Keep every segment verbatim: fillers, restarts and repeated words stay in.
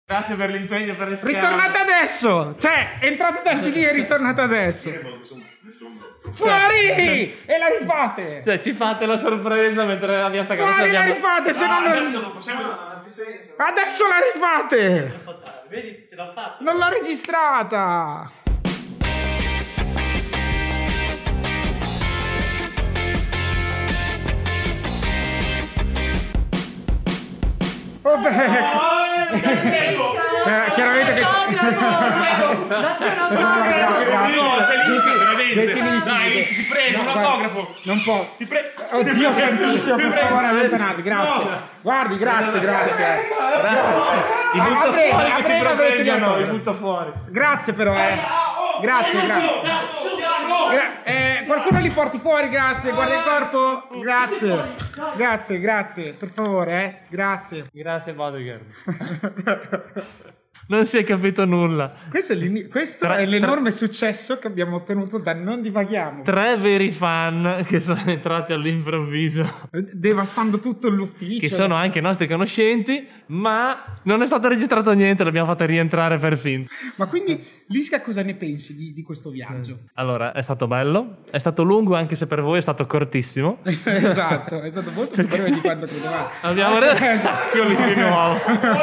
Grazie per l'impegno per le scale. Ritornate adesso! Cioè, entrate da lì e ritornate adesso. Fuori! E la rifate! Cioè, ci fate la sorpresa mentre la mia sta casa. Fuori, abbiamo... la rifate, se no, no non... adesso non possiamo. Adesso la rifate! Vedi, ce l'ho fatta. Non l'ho registrata! Vabbè! Eh, chiaramente che... Dai, ti prego, un autografo. Non può. Ti prego. Oddio santissimo, per favore, allontanati, grazie. Guardi, grazie, grazie. I butto Apri- fuori che apri- ci apri- proteggono, apri- i butto fuori. Grazie però, eh. Grazie, grazie. Gra- eh, qualcuno li porti fuori, grazie. Guarda il corpo. Grazie. Grazie, grazie. Per favore, eh. Grazie. Grazie bodyguard. Non si è capito nulla. Questo è, l'ini- questo Tra- è l'enorme successo che abbiamo ottenuto da Non Divaghiamo. Tre veri fan che sono entrati all'improvviso, Devastando tutto l'ufficio. che sono anche nostri conoscenti, ma non è stato registrato niente, l'abbiamo fatta rientrare per finta. Ma quindi, Lisca, cosa ne pensi di, di questo viaggio? Allora, è stato bello, è stato lungo anche se per voi è stato cortissimo. Esatto, è stato molto più breve di quanto credevamo. Abbiamo Esatto. reso lì di nuovo.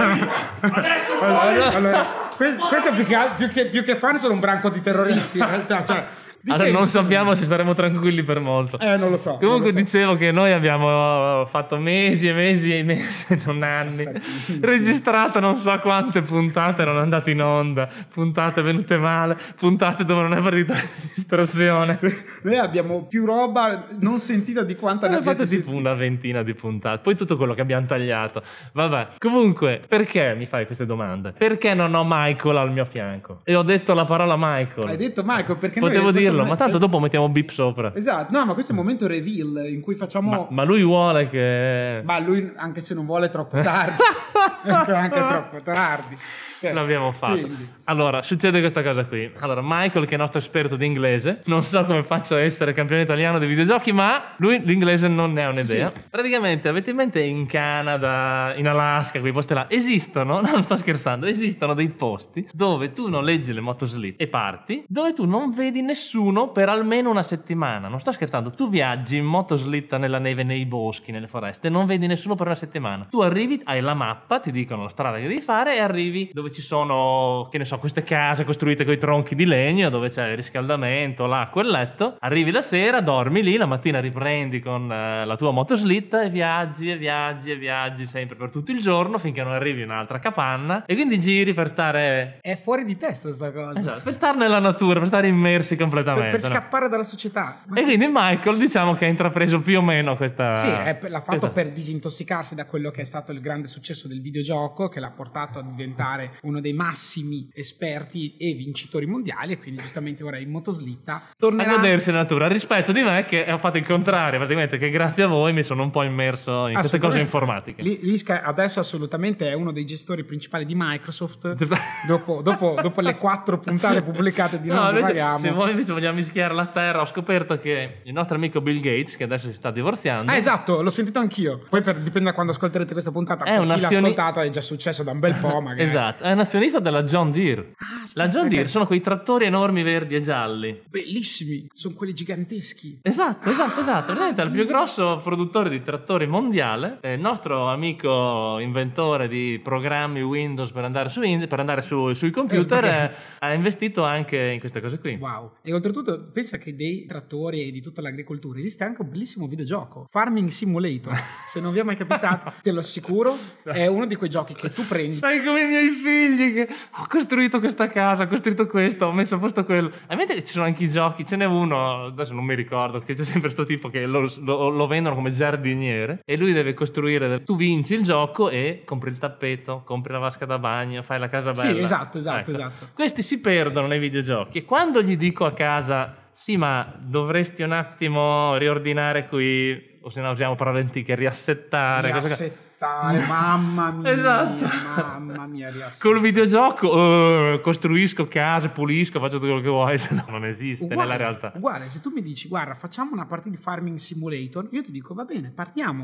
Adesso Allora, allora, questo, questo è più che, più, che, più che fan sono un branco di terroristi in realtà, cioè, Allora, dicevi, non scusa. sappiamo se saremo tranquilli per molto. Eh, non lo so. Comunque non lo so. dicevo che noi abbiamo fatto mesi e mesi e mesi, non anni, registrato non so quante puntate non andate in onda, puntate venute male, puntate dove non è partita la registrazione. Noi abbiamo più roba non sentita di quanta ne Ne abbiate fate tipo sentita. una ventina di puntate, poi tutto quello che abbiamo tagliato. Vabbè, comunque, perché mi fai queste domande? Perché non ho Michael al mio fianco? E ho detto la parola Michael. Hai detto Michael perché noi- Potevo questo dirlo, non è- ma tanto dopo mettiamo bip sopra. Esatto, no, ma questo è il momento reveal in cui facciamo... Ma, ma lui vuole che... Ma lui, anche se non vuole, è troppo tardi. È anche troppo tardi. Cioè, L'abbiamo fatto. quindi. Allora, succede questa cosa qui. Allora, Michael, che è il nostro esperto di inglese, non so come faccio a essere campione italiano di videogiochi, ma lui l'inglese non ne ha un'idea. Sì. Praticamente, avete in mente in Canada, in Alaska, quei posti là, esistono, no, non sto scherzando, esistono dei posti dove tu noleggi le motoslit e parti, dove tu non vedi nessuno per almeno una settimana. Non sto scherzando, tu viaggi in motoslitta nella neve, nei boschi, nelle foreste, non vedi nessuno per una settimana. Tu arrivi, hai la mappa, ti dicono la strada che devi fare e arrivi dove ci sono, che ne so, queste case costruite con i tronchi di legno dove c'è il riscaldamento, l'acqua e il letto. Arrivi la sera, dormi lì, la mattina riprendi con eh, la tua motoslitta e viaggi e viaggi e viaggi sempre per tutto il giorno finché non arrivi in un'altra capanna e quindi giri per stare È fuori di testa sta cosa. esatto, per stare nella natura, per stare immersi Per, completamente, per no? scappare dalla società. Ma- E quindi Michael, diciamo che ha intrapreso più o meno questa Sì, è- l'ha fatto questa- per disintossicarsi da quello che è stato il grande successo del videogioco, che l'ha portato a diventare uno dei massimi esperti e vincitori mondiali, e quindi giustamente ora in motoslitta a tornerà. godersi la natura, rispetto di me che ho fatto il contrario, praticamente, che grazie a voi mi sono un po' immerso in queste cose Assolutamente. informatiche. Li- Lisca adesso assolutamente è uno dei gestori principali di Microsoft dopo, dopo- dopo le quattro puntate pubblicate di No, Non invece, Divaghiamo. se voi invece vogliamo mischiare la terra, ho scoperto che il nostro amico Bill Gates, che adesso si sta divorziando, Ah, esatto, l'ho sentito anch'io. Poi per, dipende da quando ascolterete questa puntata. È Per un chi l'ha azioni- ascoltata è già successo da un bel po', magari. esatto, è un azionista della John Deere. Ah, aspetta, La John Deere che- sono quei trattori enormi verdi e gialli. Bellissimi, sono quelli giganteschi. Esatto, esatto, esatto. Praticamente è il più grosso produttore di trattori mondiale. È il nostro amico inventore di programmi Windows per andare, su in- per andare su- sui computer. perché- eh, ha investito anche in queste cose qui. Wow. E oltretutto pensa che dei trattori e di tutta l'agricoltura esiste anche un bellissimo videogioco, Farming Simulator. Se non vi è mai capitato, te lo assicuro, è uno di quei giochi che tu prendi. Sai come i miei figli che ho costruito questa casa, ho costruito questo, ho messo a posto quello. A mente che ci sono anche i giochi, ce n'è uno, adesso non mi ricordo, che c'è sempre sto tipo che lo, lo- lo vendono come giardiniere e lui deve costruire, tu vinci il gioco e compri il tappeto, compri la vasca da bagno, fai la casa bella. Sì, esatto, esatto, Ecco. esatto. Questi si perdono nei videogiochi e quando gli dico a casa sì ma dovresti un attimo riordinare qui, o se no usiamo parole antiche, riassettare, cose così. Riassettare, mamma mia. Esatto. Mamma mia, riassettare. Col videogioco eh, costruisco case, pulisco, faccio tutto quello che vuoi, se no non esiste Uguale, nella realtà. Uguale, se tu mi dici guarda facciamo una partita di Farming Simulator, io ti dico va bene, partiamo.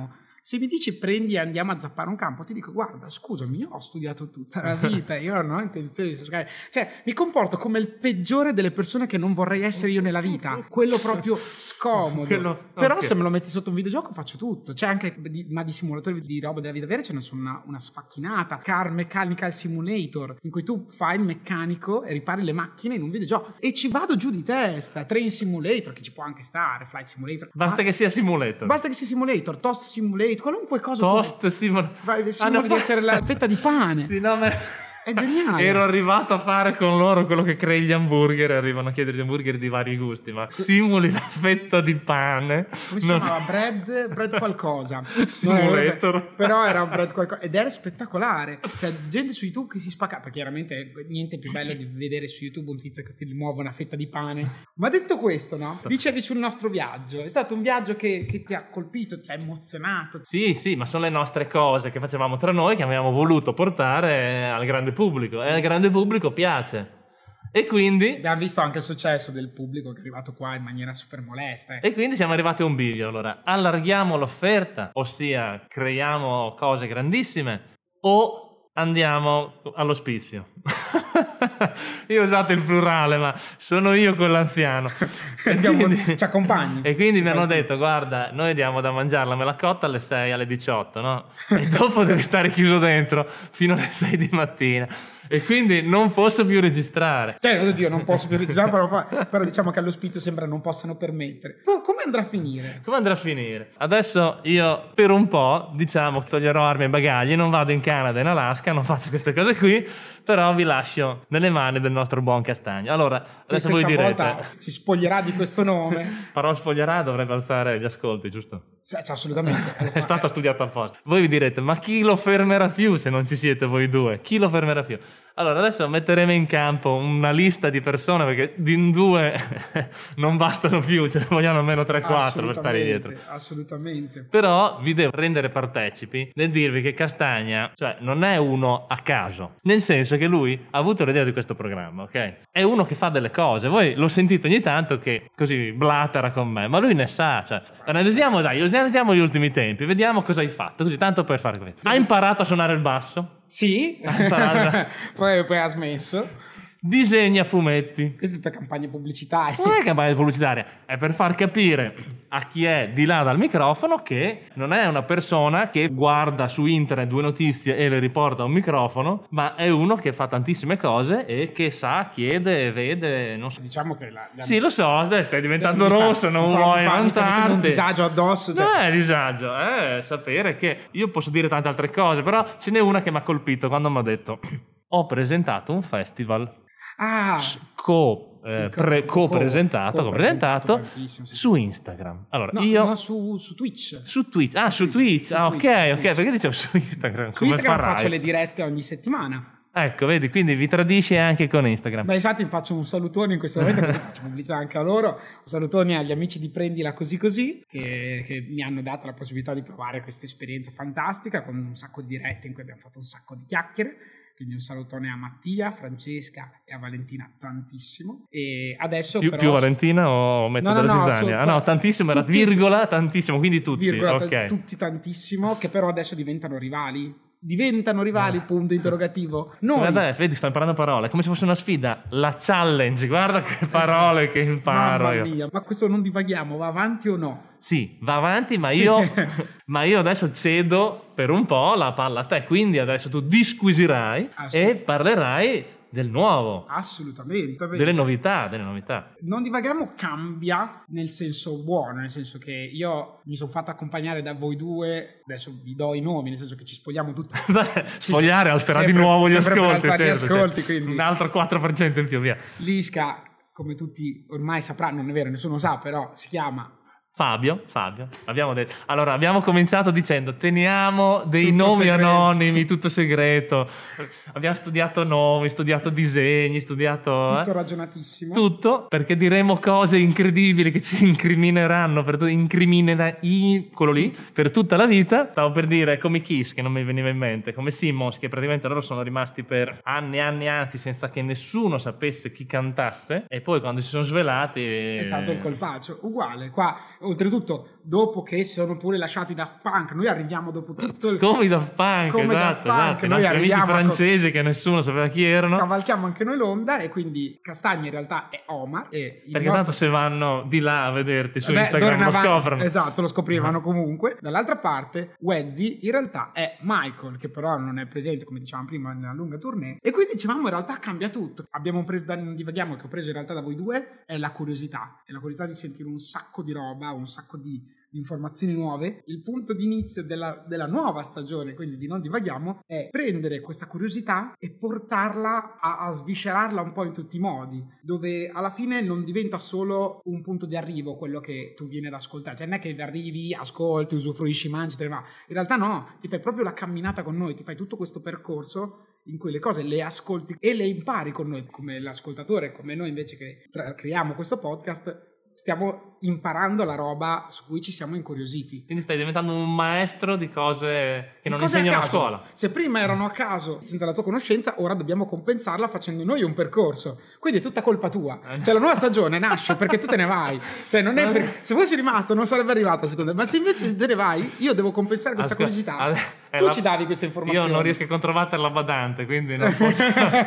Se mi dici prendi e andiamo a zappare un campo, ti dico guarda, scusami, io ho studiato tutta la vita, io non ho intenzione di studiare. Cioè, mi comporto come il peggiore delle persone che non vorrei essere io nella vita, quello proprio scomodo. Quello, Però okay. se me lo metti sotto un videogioco faccio tutto. C'è anche, di, ma di simulatori di roba della vita vera ce ne sono una, una sfacchinata. Car Mechanical Simulator, in cui tu fai il meccanico e ripari le macchine in un videogioco. E ci vado giù di testa. Train Simulator, che ci può anche stare, Flight Simulator. Basta ma, che sia simulator. Basta che sia simulator, Toast Simulator, qualunque cosa. Toast Simulator. Simula di essere la fetta di pane. Sì, no, ma... È geniale. Ero arrivato a fare con loro quello che crei gli hamburger e arrivano a chiedere gli hamburger di vari gusti, ma simuli la fetta di pane. Come si no. chiamava? Bread, bread qualcosa. Simulator. Però era un bread qualcosa ed era spettacolare. Cioè, gente su YouTube che si spacca, perché chiaramente niente più bello di vedere su YouTube un tizio che ti muove una fetta di pane. Ma detto questo, no? Dicevi sul nostro viaggio. È stato un viaggio che, che ti ha colpito, ti ha emozionato. Sì, sì, ma sono le nostre cose che facevamo tra noi che abbiamo voluto portare al grande pubblico e al grande pubblico piace e quindi abbiamo visto anche il successo del pubblico che è arrivato qua in maniera super molesta eh. e quindi siamo arrivati a un bivio. Allora allarghiamo l'offerta, ossia creiamo cose grandissime o andiamo all'ospizio. Io ho usato il plurale, ma sono io con l'anziano. Andiamo, quindi, ci accompagni. E quindi ci mi hanno detto: guarda, noi diamo da mangiare la melacotta alle sei, alle diciotto, no? E dopo devi stare chiuso dentro fino alle sei di mattina. E quindi non posso più registrare. Cioè, oddio, non posso più registrare, però, però diciamo che all'ospizio sembra non possano permettere. Come andrà a finire? Come andrà a finire? Adesso io per un po', diciamo, toglierò armi e bagagli, non vado in Canada e in Alaska, non faccio queste cose qui, però vi lascio nelle mani del nostro buon Castagno. Allora, adesso voi direte... volta si spoglierà di questo nome. Però spoglierà dovrebbe alzare gli ascolti, giusto? Cioè, assolutamente. È stato studiato apposta. Voi vi direte, ma chi lo fermerà più se non ci siete voi due? Chi lo fermerà più? Allora, adesso metteremo in campo una lista di persone, perché in due non bastano più, ce ne vogliono almeno tre quattro per stare dietro. Assolutamente. Però vi devo rendere partecipi nel dirvi che Castagna, cioè, non è uno a caso, nel senso che lui ha avuto l'idea di questo programma, ok? È uno che fa delle cose. Voi lo sentite ogni tanto che così blatera con me, ma lui ne sa, cioè, analizziamo, dai, analizziamo gli ultimi tempi, vediamo cosa hai fatto, così tanto per fare questo. Ha imparato a suonare il basso? Sì, poi, poi ha smesso. Disegna fumetti. Questa è tutta campagna pubblicitaria. Non è campagna pubblicitaria, è per far capire a chi è di là dal microfono che non è una persona che guarda su internet due notizie e le riporta a un microfono, ma è uno che fa tantissime cose e che sa, chiede, vede, non so. Diciamo che la, la... Sì, lo so, stai diventando rosso, non fa, vuoi vantarti. Un disagio addosso. Cioè... Non è disagio, è sapere che io posso dire tante altre cose, però ce n'è una che mi ha colpito quando mi ha detto: ho presentato un festival. Ah, co, eh, pre, co-presentato, co, co-presentato sì. Su Instagram. Allora, no, io no, su, su Twitch. Su Twitch. Ah, su Twitch. Su ah, Twitch, ok, ok, Twitch. Perché dicevo su Instagram? Su Instagram faccio le dirette ogni settimana. Ecco, vedi, quindi vi tradisci anche con Instagram. Beh, infatti faccio un salutone in questo momento, così faccio pubblicità anche a loro. Un salutone agli amici di Prendila Così Così, che, che mi hanno dato la possibilità di provare questa esperienza fantastica con un sacco di dirette in cui abbiamo fatto un sacco di chiacchiere. Quindi un salutone a Mattia, Francesca e a Valentina tantissimo. E adesso più, però... più Valentina o metto no, della no, zizzania? So, ah no, tantissimo era tutti, virgola, tantissimo, quindi tutti. Virgola, okay. Tutti tantissimo, che però adesso diventano rivali. Diventano rivali, punto interrogativo. Noi... Guarda, vedi, sto imparando parole, è come se fosse una sfida. La challenge, guarda che parole esatto. che imparo. Mamma io. mia, ma questo non divaghiamo, va avanti o no? Sì, va avanti, ma, sì. io, ma io adesso cedo per un po' la palla a te, quindi adesso tu disquisirai e parlerai del nuovo. Assolutamente. Delle novità, delle novità. Non divaghiamo cambia nel senso buono, nel senso che io mi sono fatto accompagnare da voi due, adesso vi do i nomi, nel senso che ci spogliamo tutti. Beh, spogliare alzerà di nuovo gli ascolti, certo, gli ascolti cioè, quindi. Un altro quattro per cento in più, via. Lisca, come tutti ormai sapranno, non è vero, nessuno sa, però si chiama Fabio, Fabio, abbiamo detto. Allora, abbiamo cominciato dicendo teniamo dei tutto nomi segreto. anonimi, tutto segreto. Abbiamo studiato nomi, studiato disegni, studiato tutto eh? ragionatissimo. Tutto, perché diremo cose incredibili che ci incrimineranno per incriminera quello lì per tutta la vita. Stavo per dire come Kiss, che non mi veniva in mente, come Simmons, che praticamente loro sono rimasti per anni e anni e anni senza che nessuno sapesse chi cantasse, e poi quando si sono svelati è stato il colpaccio. Uguale qua. oltretutto dopo che sono pure lasciati Daft Punk, noi arriviamo dopo tutto il... come i Daft Punk, come esatto, Daft Punk, esatto. I noi nostri amici arriviamo a- francesi che nessuno sapeva chi erano, cavalchiamo anche noi l'onda, e quindi Castagna in realtà è Omar, e il perché nostro... tanto se vanno di là a vederti su Beh, Instagram d'ora in lo avanti- scoprono. Esatto, lo scoprivano comunque. Dall'altra parte, Wezzy in realtà è Michael, che però non è presente, come dicevamo prima, nella lunga tournée. E quindi dicevamo, in realtà cambia tutto. Abbiamo preso da Non Divaghiamo, che ho preso in realtà da voi due, è la curiosità. È la curiosità di sentire un sacco di roba, un sacco di, di informazioni nuove. Il punto di inizio della, della nuova stagione, quindi di Non Divaghiamo, è prendere questa curiosità e portarla a, a sviscerarla un po' in tutti i modi, dove alla fine non diventa solo un punto di arrivo quello che tu vieni ad ascoltare, cioè non è che arrivi, ascolti, usufruisci, mangi, te ne va. In realtà no, ti fai proprio la camminata con noi, ti fai tutto questo percorso in cui le cose le ascolti e le impari con noi, come l'ascoltatore, come noi invece che tra- creiamo questo podcast, stiamo imparando la roba su cui ci siamo incuriositi. Quindi stai diventando un maestro di cose che non Cose insegnano a caso. scuola. Se prima erano a caso senza la tua conoscenza, ora dobbiamo compensarla facendo noi un percorso. Quindi è tutta colpa tua. Cioè la nuova stagione nasce perché tu te ne vai. Cioè non è per... Se fossi rimasto non sarebbe arrivata secondo me. Ma se invece te ne vai, io devo compensare questa Ascolta, curiosità. ade- è Tu la- ci davi queste informazioni. Io non riesco a controbattere la badante, quindi non posso.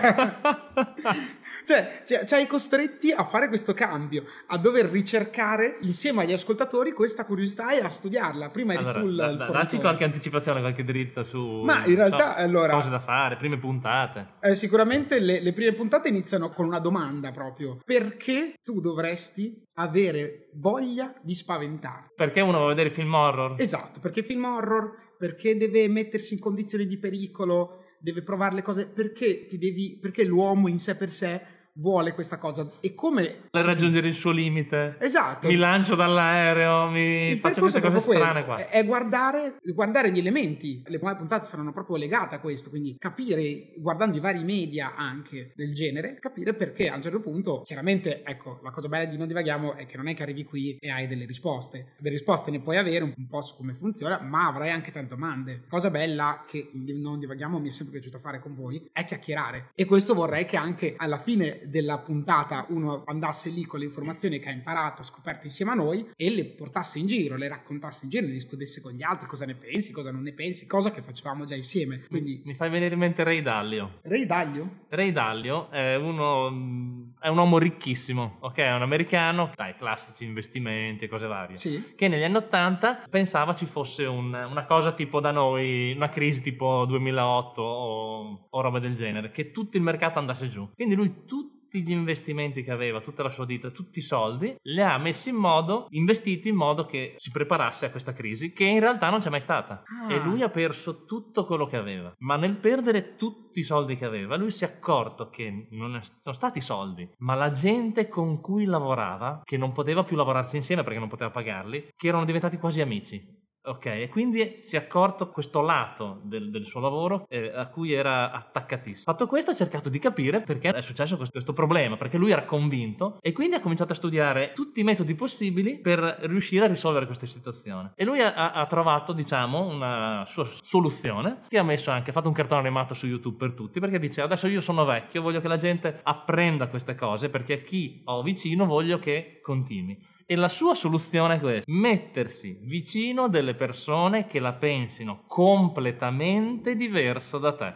Cioè, cioè, ci hai costretti a fare questo cambio, a dover ricercare insieme agli ascoltatori questa curiosità e a studiarla. Prima eri Allora, tu il, da- il da- fornitore. dacci qualche anticipazione, qualche dritta su Ma in realtà, so, allora- cose da fare, prime puntate. Eh, sicuramente le, le prime puntate iniziano con una domanda proprio. Perché tu dovresti avere voglia di spaventarti? Perché uno va a vedere film horror? Esatto, perché film horror, perché deve mettersi in condizioni di pericolo, deve provare le cose, perché ti devi, perché l'uomo in sé per sé vuole questa cosa. E come Per si- raggiungere il suo limite. Esatto. Mi lancio dall'aereo, mi Il faccio percorso queste è cose proprio strane quello, qua. è guardare, guardare gli elementi. Le nuove puntate saranno proprio legate a questo, quindi capire, guardando i vari media anche del genere, capire perché a un certo punto, chiaramente, ecco, la cosa bella di Non Divaghiamo è che non è che arrivi qui e hai delle risposte. Delle risposte ne puoi avere un, un po' su come funziona, ma avrai anche tante domande. Cosa bella che in Non Divaghiamo mi è sempre piaciuto fare con voi è chiacchierare. E questo vorrei che anche alla fine della puntata uno andasse lì con le informazioni che ha imparato, ha scoperto insieme a noi e le portasse in giro, le raccontasse in giro, le discutesse con gli altri, cosa ne pensi, cosa non ne pensi, cosa che facevamo già insieme. Quindi Mi fai venire in mente Ray Dalio. Ray Dalio? Ray Dalio è uno è un uomo ricchissimo, ok? È un americano, dai, classici investimenti e cose varie. Sì. Che negli anni ottanta pensava ci fosse un- una cosa tipo da noi, una crisi tipo duemilaotto o, o roba del genere, che tutto il mercato andasse giù. Quindi lui tutti gli investimenti che aveva, tutta la sua ditta, tutti i soldi, li ha messi in modo, investiti in modo che si preparasse a questa crisi, che in realtà non c'è mai stata. Ah. E lui ha perso tutto quello che aveva. Ma nel perdere tutti i soldi che aveva, lui si è accorto che non è- sono stati i soldi, ma la gente con cui lavorava, che non poteva più lavorarci insieme perché non poteva pagarli, che erano diventati quasi amici. Ok, e quindi si è accorto questo lato del, del suo lavoro eh, a cui era attaccatissimo. Fatto questo, ha cercato di capire perché è successo questo, questo problema, perché lui era convinto e quindi ha cominciato a studiare tutti i metodi possibili per riuscire a risolvere questa situazione. E lui ha, ha- ha trovato, diciamo, una sua soluzione che ha messo anche, ha fatto un cartone animato su YouTube per tutti, perché dice: adesso io sono vecchio, voglio che la gente apprenda queste cose, perché a chi ho vicino voglio che continui. E la sua soluzione è questa: mettersi vicino delle persone che la pensino completamente diverso da te,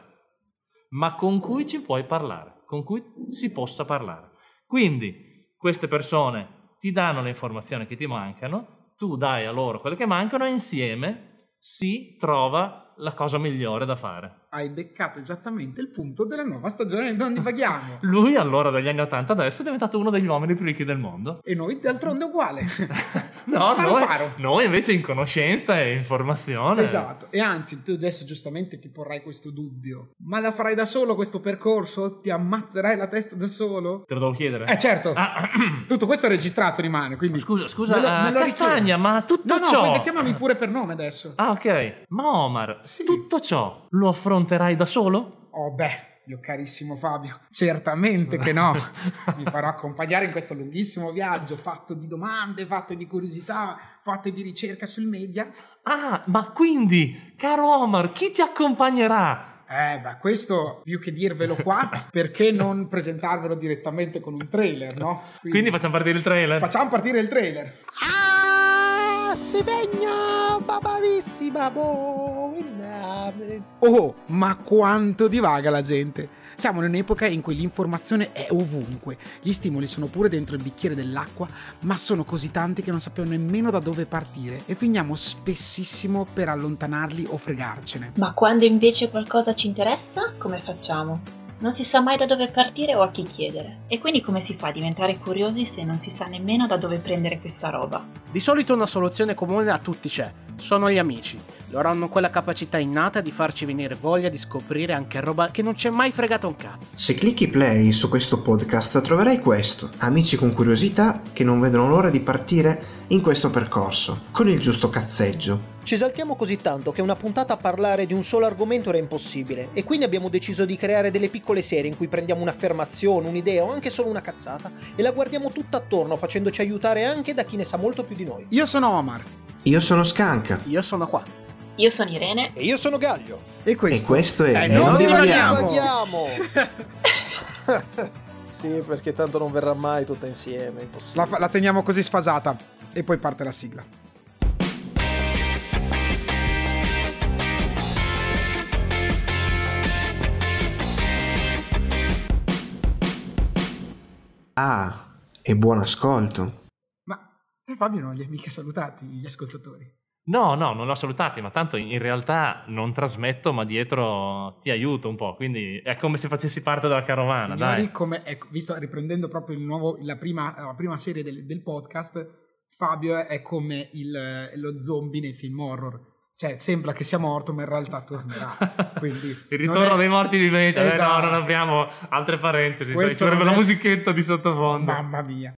ma con cui ci puoi parlare, con cui si possa parlare. Quindi queste persone ti danno le informazioni che ti mancano, tu dai a loro quelle che mancano e insieme si trova la cosa migliore da fare. Hai beccato esattamente il punto della nuova stagione di Non Divaghiamo. Lui allora dagli anni ottanta adesso è diventato uno degli uomini più ricchi del mondo. E noi d'altronde uguale. No, Paro noi, paro. noi invece in conoscenza e informazione. Esatto, e anzi tu adesso giustamente ti porrai questo dubbio: ma la farai da solo questo percorso? Ti ammazzerai la testa da solo? Te lo devo chiedere. Eh certo, Ah, tutto questo è registrato rimane, quindi scusa, scusa, me lo- eh, me lo Castagna, richiedo. ma tutto No, no, ciò... poi chiamami pure per nome adesso. Ah, ok. Ma Omar, Sì. tutto ciò lo affronterai da solo? Oh beh, mio carissimo Fabio, certamente che no. Mi farò accompagnare in questo lunghissimo viaggio fatto di domande, fatte di curiosità, fatte di ricerca sul media. Ah, ma quindi, caro Omar, chi ti accompagnerà? Eh, beh, questo più che dirvelo qua, perché non presentarvelo direttamente con un trailer, no? Quindi facciamo partire il trailer? facciamo partire il trailer. I si vegna babavissima, boh. Oh, ma quanto divaga la gente! Siamo in un'epoca in cui l'informazione è ovunque, gli stimoli sono pure dentro il bicchiere dell'acqua, ma sono così tanti che non sappiamo nemmeno da dove partire e finiamo spessissimo per allontanarli o fregarcene. Ma quando invece qualcosa ci interessa, come facciamo? Non si sa mai da dove partire o a chi chiedere. E quindi come si fa a diventare curiosi se non si sa nemmeno da dove prendere questa roba? Di solito una soluzione comune a tutti c'è. Sono gli amici. Loro hanno quella capacità innata di farci venire voglia di scoprire anche roba che non ci è mai fregato un cazzo. Se clicchi play su questo podcast troverai questo: amici con curiosità che non vedono l'ora di partire in questo percorso, con il giusto cazzeggio. Ci esaltiamo così tanto che una puntata a parlare di un solo argomento era impossibile e quindi abbiamo deciso di creare delle piccole serie in cui prendiamo un'affermazione, un'idea o anche solo una cazzata e la guardiamo tutta attorno facendoci aiutare anche da chi ne sa molto più di noi. Io sono Omar. Io sono Scanca. Io sono qua. Io sono Irene. E io sono Gaglio. E questo, E questo è Eh, Non non divaghiamo. divaghiamo. Sì, perché tanto non verrà mai tutta insieme, è impossibile. La, fa- la teniamo così sfasata e poi parte la sigla. Ah, e buon ascolto. Ma te Fabio non li hai mica salutati gli ascoltatori? No, no, non l'ho salutati, ma tanto in realtà non trasmetto, ma dietro ti aiuto un po', quindi è come se facessi parte della carovana, Signori, dai. come, ecco, visto riprendendo proprio il nuovo, la, prima, la prima serie del, del podcast, Fabio è come il, lo zombie nei film horror. Cioè, sembra che sia morto, ma in realtà tornerà. Quindi, Il ritorno è... dei morti viventi. Esatto. Eh, no, non apriamo altre parentesi. Sai, Questo ci vorrebbe non la è- musichetta di sottofondo. Mamma mia.